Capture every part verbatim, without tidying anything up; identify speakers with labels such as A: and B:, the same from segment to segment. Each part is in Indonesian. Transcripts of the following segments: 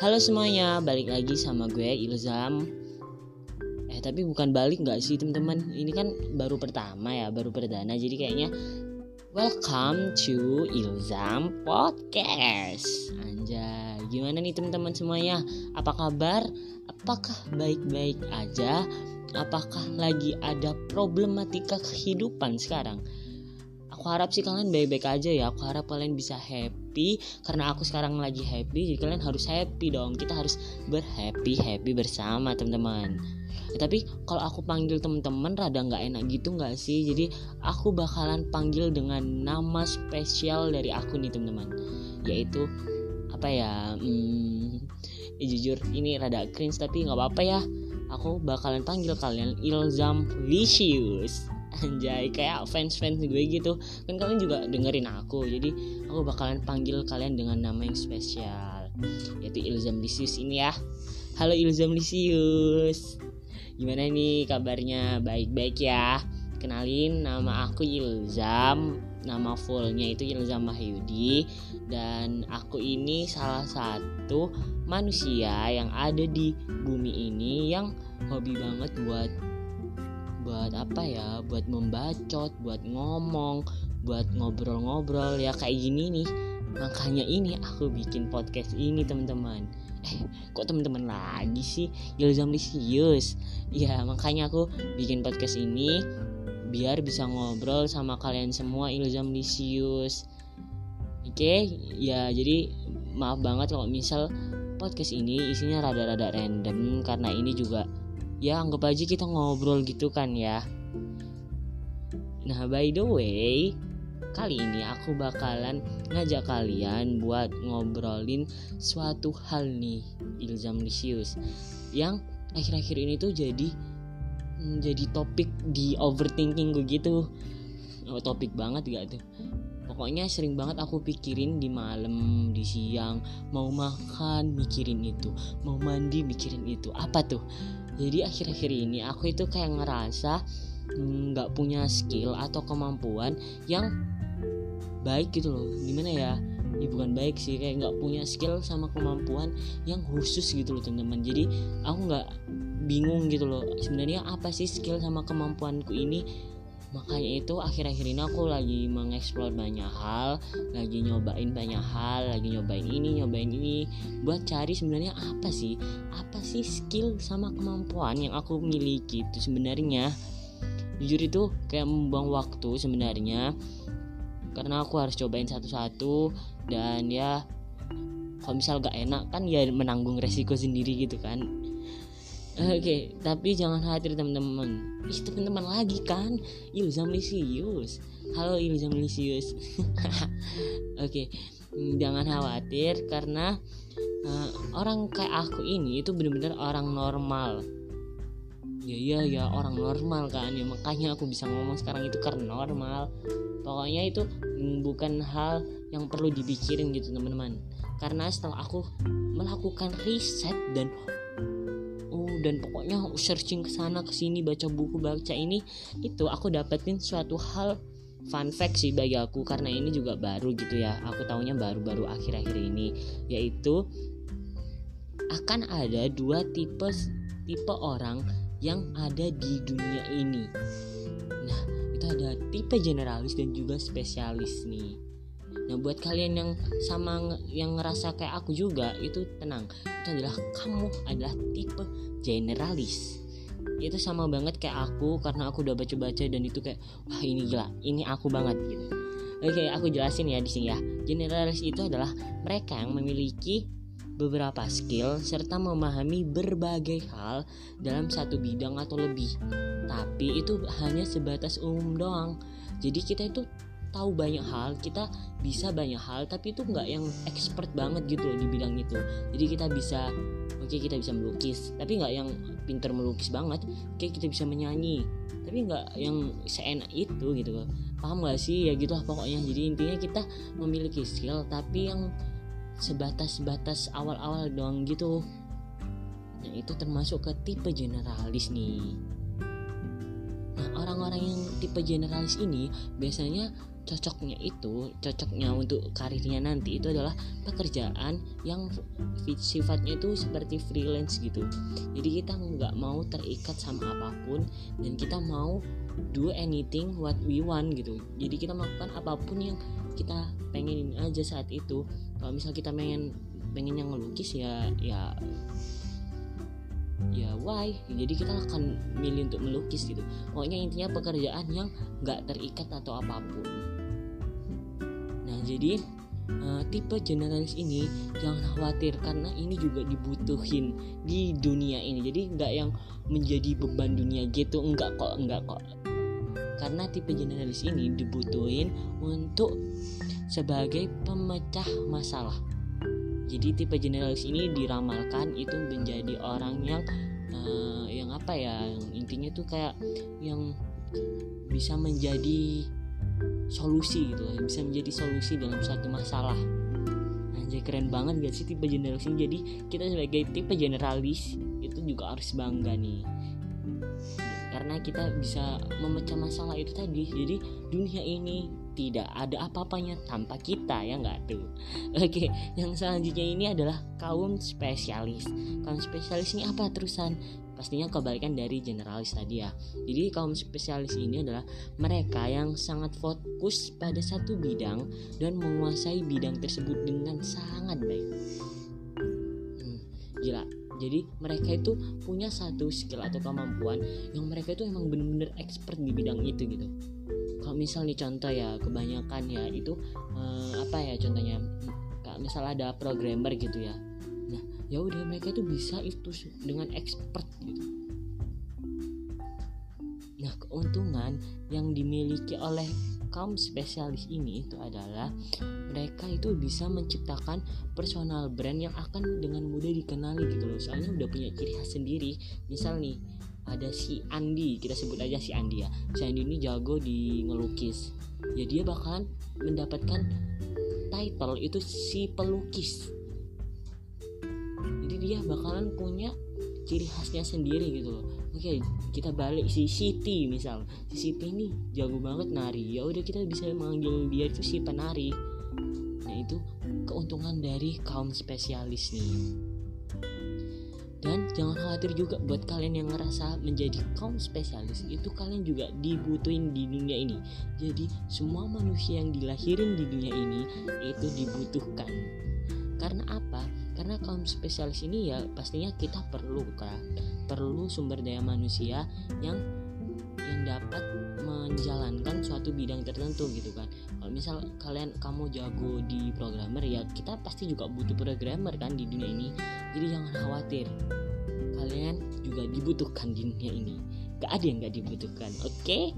A: Halo semuanya, balik lagi sama gue Ilzam. Eh tapi bukan balik gak sih teman-teman? Ini kan baru pertama ya, baru perdana. Jadi kayaknya welcome to Ilzam Podcast. Anjay, gimana nih teman-teman semuanya? Apa kabar? Apakah baik-baik aja? Apakah lagi ada problematika kehidupan sekarang? Aku harap sih kalian baik-baik aja ya. Aku harap kalian bisa happy. Karena aku sekarang lagi happy, jadi kalian harus happy dong. Kita harus berhappy-happy bersama teman-teman. Ya, tapi kalau aku panggil teman-teman rada gak enak gitu gak sih? Jadi aku bakalan panggil dengan nama spesial dari aku nih teman-teman. Yaitu apa ya hmm, ya jujur ini rada cringe tapi gak apa-apa ya. Aku bakalan panggil kalian Ilzam Licious. Anjay, kayak fans-fans gue gitu. Kan kalian juga dengerin aku. Jadi aku bakalan panggil kalian dengan nama yang spesial, yaitu Ilzam Licious ini ya. Halo Ilzam Licious, gimana nih kabarnya? Baik-baik ya. Kenalin, nama aku Ilzam. Nama fullnya itu Ilzam Mahyudi. Dan aku ini salah satu manusia yang ada di bumi ini yang hobi banget buat buat apa ya, buat membacot, buat ngomong, buat ngobrol-ngobrol ya kayak gini nih. Makanya ini aku bikin podcast ini teman-teman. Eh kok teman-teman lagi sih? Ilzam Licious. Ya makanya aku bikin podcast ini biar bisa ngobrol sama kalian semua Ilzam Licious. Oke, ya jadi maaf banget kalau misal podcast ini isinya rada-rada random karena ini juga ya anggap aja kita ngobrol gitu kan ya. Nah by the way, kali ini aku bakalan ngajak kalian buat ngobrolin suatu hal nih Ilzam Licious yang akhir-akhir ini tuh jadi jadi topik di overthinking gue gitu. Oh, topik banget gak tuh? Pokoknya sering banget aku pikirin di malam, di siang, mau makan mikirin itu, mau mandi mikirin itu. Apa tuh? Jadi akhir-akhir ini aku itu kayak ngerasa nggak mm, punya skill atau kemampuan yang baik gitu loh. Gimana ya? Ya bukan baik sih, kayak nggak punya skill sama kemampuan yang khusus gitu loh teman-teman. Jadi aku nggak bingung gitu loh. Sebenarnya apa sih skill sama kemampuanku ini? Makanya itu akhir-akhir ini aku lagi mengeksplor banyak hal, lagi nyobain banyak hal, lagi nyobain ini, nyobain ini, buat cari sebenarnya apa sih, apa sih skill sama kemampuan yang aku miliki itu sebenarnya. Jujur itu kayak membuang waktu sebenarnya, karena aku harus cobain satu-satu dan ya kalau misal gak enak kan ya menanggung resiko sendiri gitu kan. Oke, okay, tapi jangan khawatir teman-teman. Ih, teman-teman lagi kan Ilzam Licious. Halo Ilzam Licious. Oke, okay, jangan khawatir karena uh, orang kayak aku ini itu benar-benar orang normal. Ya ya ya orang normal kan. Ya makanya aku bisa ngomong sekarang itu karena normal. Pokoknya itu mm, bukan hal yang perlu dipikirin gitu teman-teman. Karena setelah aku melakukan riset dan dan pokoknya searching kesana kesini, baca buku, baca ini itu aku dapetin suatu hal fun fact sih bagi aku, karena ini juga baru gitu ya, aku taunya baru-baru akhir-akhir ini, yaitu akan ada dua tipe tipe orang yang ada di dunia ini. Nah itu ada tipe generalis dan juga spesialis nih. Nah buat kalian yang sama yang ngerasa kayak aku juga, itu tenang, itu adalah kamu adalah tipe generalis. Itu sama banget kayak aku, karena aku udah baca-baca dan itu kayak wah ini gila, ini aku banget gitu. Oke, aku jelasin ya di sini ya. Generalis itu adalah mereka yang memiliki beberapa skill serta memahami berbagai hal dalam satu bidang atau lebih. Tapi itu hanya sebatas umum doang. Jadi kita itu tahu banyak hal, kita bisa banyak hal, tapi itu nggak yang expert banget gitu loh di bidang itu. Jadi kita bisa, oke okay, kita bisa melukis, tapi nggak yang pinter melukis banget. Oke okay, kita bisa menyanyi, tapi nggak yang seenak itu gitu loh. Paham nggak sih? Ya gitu lah pokoknya. Jadi intinya kita memiliki skill, tapi yang sebatas-batas awal-awal doang gitu. Nah itu termasuk ke tipe generalis nih. Nah orang-orang yang tipe generalis ini biasanya cocoknya itu cocoknya untuk karirnya nanti itu adalah pekerjaan yang sifatnya itu seperti freelance gitu. Jadi kita nggak mau terikat sama apapun dan kita mau do anything what we want gitu. Jadi kita melakukan apapun yang kita pengenin aja saat itu. Kalau misal kita pengen pengen yang ngelukis ya ya ya why, jadi kita akan milih untuk melukis gitu. Pokoknya intinya pekerjaan yang nggak terikat atau apapun. Nah jadi uh, tipe generalis ini jangan khawatir karena ini juga dibutuhin di dunia ini. Jadi nggak yang menjadi beban dunia gitu, enggak kok, enggak kok. Karena tipe generalis ini dibutuhin untuk sebagai pemecah masalah. Jadi tipe generalis ini diramalkan itu menjadi orang yang uh, yang apa ya, yang intinya tuh kayak yang bisa menjadi solusi gitu, bisa menjadi solusi dalam suatu masalah. Anjay, keren banget gak sih tipe generalis ini? Jadi kita sebagai tipe generalis itu juga harus bangga nih, karena kita bisa memecah masalah itu tadi. Jadi dunia ini tidak ada apa-apanya tanpa kita, ya nggak tuh? Oke, yang selanjutnya ini adalah kaum spesialis. Kaum spesialis ini apa terusan? Pastinya kebalikan dari generalis tadi ya. Jadi kaum spesialis ini adalah mereka yang sangat fokus pada satu bidang dan menguasai bidang tersebut dengan sangat baik. Hmm, gila. Jadi mereka itu punya satu skill atau kemampuan yang mereka itu emang benar-benar expert di bidang itu gitu. Kalau misal nih contoh ya, kebanyakan ya itu eh, apa ya contohnya, kayak misal ada programmer gitu ya. Nah ya udah mereka itu bisa itu dengan expert gitu. Nah keuntungan yang dimiliki oleh kaum spesialis ini itu adalah mereka itu bisa menciptakan personal brand yang akan dengan mudah dikenali gitu loh. Soalnya udah punya ciri khas sendiri. Misal nih ada si Andi, kita sebut aja si Andi ya. Si Andi ini jago di ngelukis. Ya dia bakalan mendapatkan title itu si pelukis. Jadi dia bakalan punya ciri khasnya sendiri gitu loh. Oke, kita balik si Siti misal. Si Siti ini jago banget nari. Ya udah kita bisa manggil dia itu si penari. Nah, itu keuntungan dari kaum spesialis nih. Dan jangan khawatir juga buat kalian yang ngerasa menjadi kaum spesialis, itu kalian juga dibutuhin di dunia ini. Jadi semua manusia yang dilahirin di dunia ini itu dibutuhkan. Karena apa? Karena kaum spesialis ini ya pastinya kita perlu kan, perlu sumber daya manusia yang yang dapat menjalankan suatu bidang tertentu gitu kan. Kalau misal kalian kamu jago di programmer ya kita pasti juga butuh programmer kan di dunia ini. Jadi jangan khawatir, kalian juga dibutuhkan di dunia ini. Gak ada yang gak dibutuhkan, oke? Okay?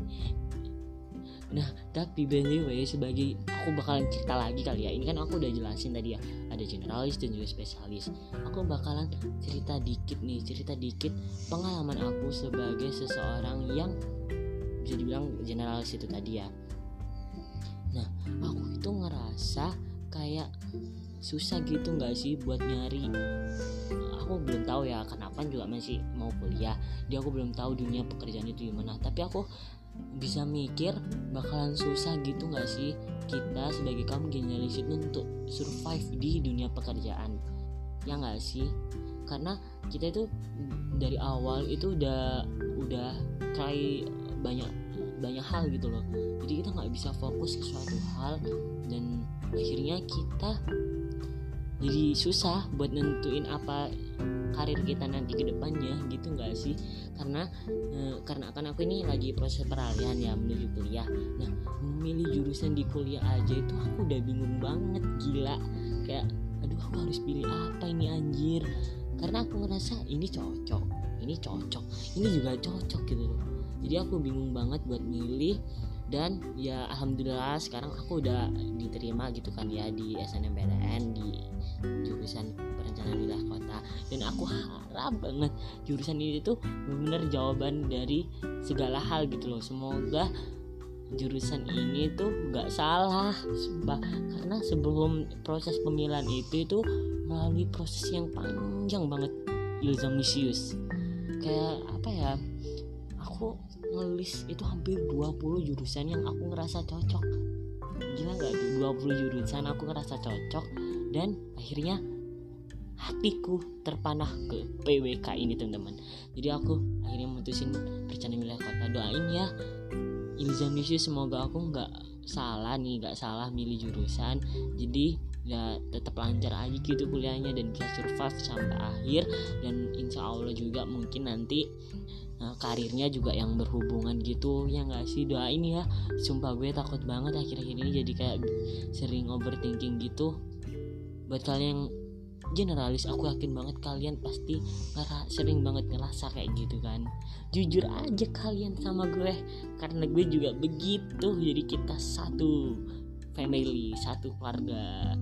A: Nah, tapi by the way, sebagai aku bakalan cerita lagi kali ya. Ini kan aku udah jelasin tadi ya, ada generalis dan juga spesialis. Aku bakalan cerita dikit nih, cerita dikit pengalaman aku sebagai seseorang yang bisa dibilang generalis itu tadi ya. Nah, aku itu ngerasa kayak susah gitu gak sih buat nyari. Aku belum tahu ya, kenapa juga masih mau kuliah. Jadi aku belum tahu dunia pekerjaan itu gimana. Tapi aku bisa mikir bakalan susah gitu gak sih kita sebagai kaum generalis itu untuk survive di dunia pekerjaan, ya gak sih? Karena kita itu dari awal itu udah udah try banyak banyak hal gitu loh. Jadi kita gak bisa fokus ke suatu hal dan akhirnya kita jadi susah buat nentuin apa karir kita nanti ke depannya gitu gak sih? Karena e, karena kan aku ini lagi proses peralihan ya menuju kuliah. Nah, memilih jurusan di kuliah aja itu aku udah bingung banget, gila. Kayak aduh aku harus pilih apa ini anjir. Karena aku ngerasa ini cocok, ini cocok, ini juga cocok gitu loh. Jadi aku bingung banget buat milih. Dan ya alhamdulillah sekarang aku udah diterima gitu kan ya di S N M P T N di jurusan perencanaan wilayah kota. Dan aku harap banget jurusan ini tuh benar-benar jawaban dari segala hal gitu loh. Semoga jurusan ini tuh gak salah sumpah. Karena sebelum proses pemilihan itu itu melalui proses yang panjang banget, ilzamisius. Kayak apa ya, aku ngelis itu hampir dua puluh jurusan yang aku ngerasa cocok. Gila gak tuh, dua puluh jurusan aku ngerasa cocok. Dan akhirnya hatiku terpanah ke P W K ini teman-teman. Jadi aku akhirnya mutusin Perencanaan Wilayah Kota. Doain ya Ilzam Lisius, semoga aku gak salah nih, gak salah milih jurusan. Jadi ya tetap lancar aja gitu kuliahnya dan bisa survive sampai akhir. Dan insya Allah juga mungkin nanti Nah, karirnya juga yang berhubungan gitu, ya nggak sih? Doain ya. Sumpah gue takut banget akhir-akhir ini jadi kayak sering overthinking gitu. Buat kalian yang generalis, aku yakin banget kalian pasti ngera- sering banget ngerasa kayak gitu kan. Jujur aja kalian sama gue, karena gue juga begitu. Jadi kita satu family, satu keluarga.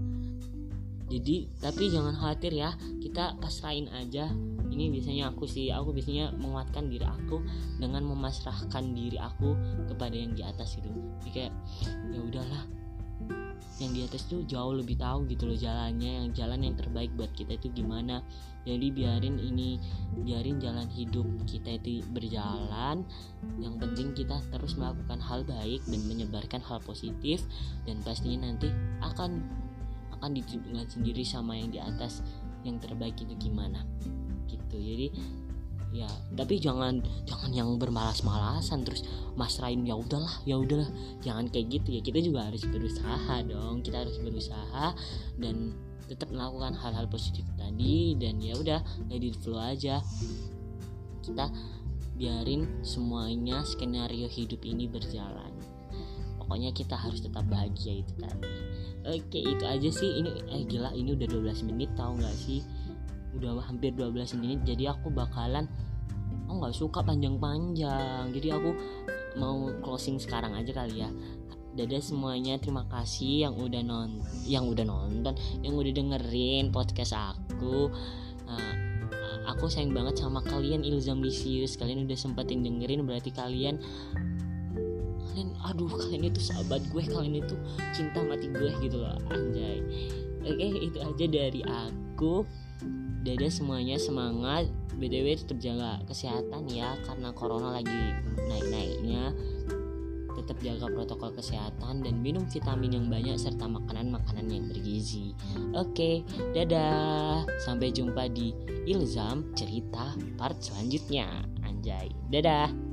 A: Jadi tapi jangan khawatir ya, kita pasrahin aja. Ini biasanya aku sih, aku biasanya menguatkan diri aku dengan memasrahkan diri aku kepada yang di atas itu. Jadi kayak ya udahlah, yang di atas tuh jauh lebih tahu gitu loh jalannya, yang jalan yang terbaik buat kita itu gimana. Jadi biarin ini, biarin jalan hidup kita itu berjalan. Yang penting kita terus melakukan hal baik dan menyebarkan hal positif, dan pastinya nanti akan akan ditunjukkan sendiri sama yang di atas yang terbaik itu gimana gitu. Jadi ya tapi jangan jangan yang bermalas-malasan terus masrahin ya udahlah ya udahlah jangan kayak gitu ya. Kita juga harus berusaha dong, kita harus berusaha dan tetap melakukan hal-hal positif tadi. Dan ya udah, let it flow aja, kita biarin semuanya skenario hidup ini berjalan. Pokoknya kita harus tetap bahagia itu kan. Oke, itu aja sih. Ini eh gila, ini udah dua belas menit, tahu gak sih? Udah hampir dua belas menit. Jadi aku bakalan, aku gak suka panjang-panjang, jadi aku mau closing sekarang aja kali ya. Dadah semuanya, terima kasih yang udah non yang udah nonton, yang udah dengerin podcast aku. uh, Aku sayang banget sama kalian Ilzam Lisius. Kalian udah sempetin dengerin, berarti kalian kalian aduh kalian itu sahabat gue, kalian itu cinta mati gue gitu loh, anjay. Oke, itu aja dari aku. Dadah semuanya, semangat. B T W tetap jaga kesehatan ya, karena corona lagi naik-naiknya. Tetap jaga protokol kesehatan dan minum vitamin yang banyak serta makanan-makanan yang bergizi. Oke, dadah. Sampai jumpa di Ilzam Cerita part selanjutnya. Anjay. Dadah.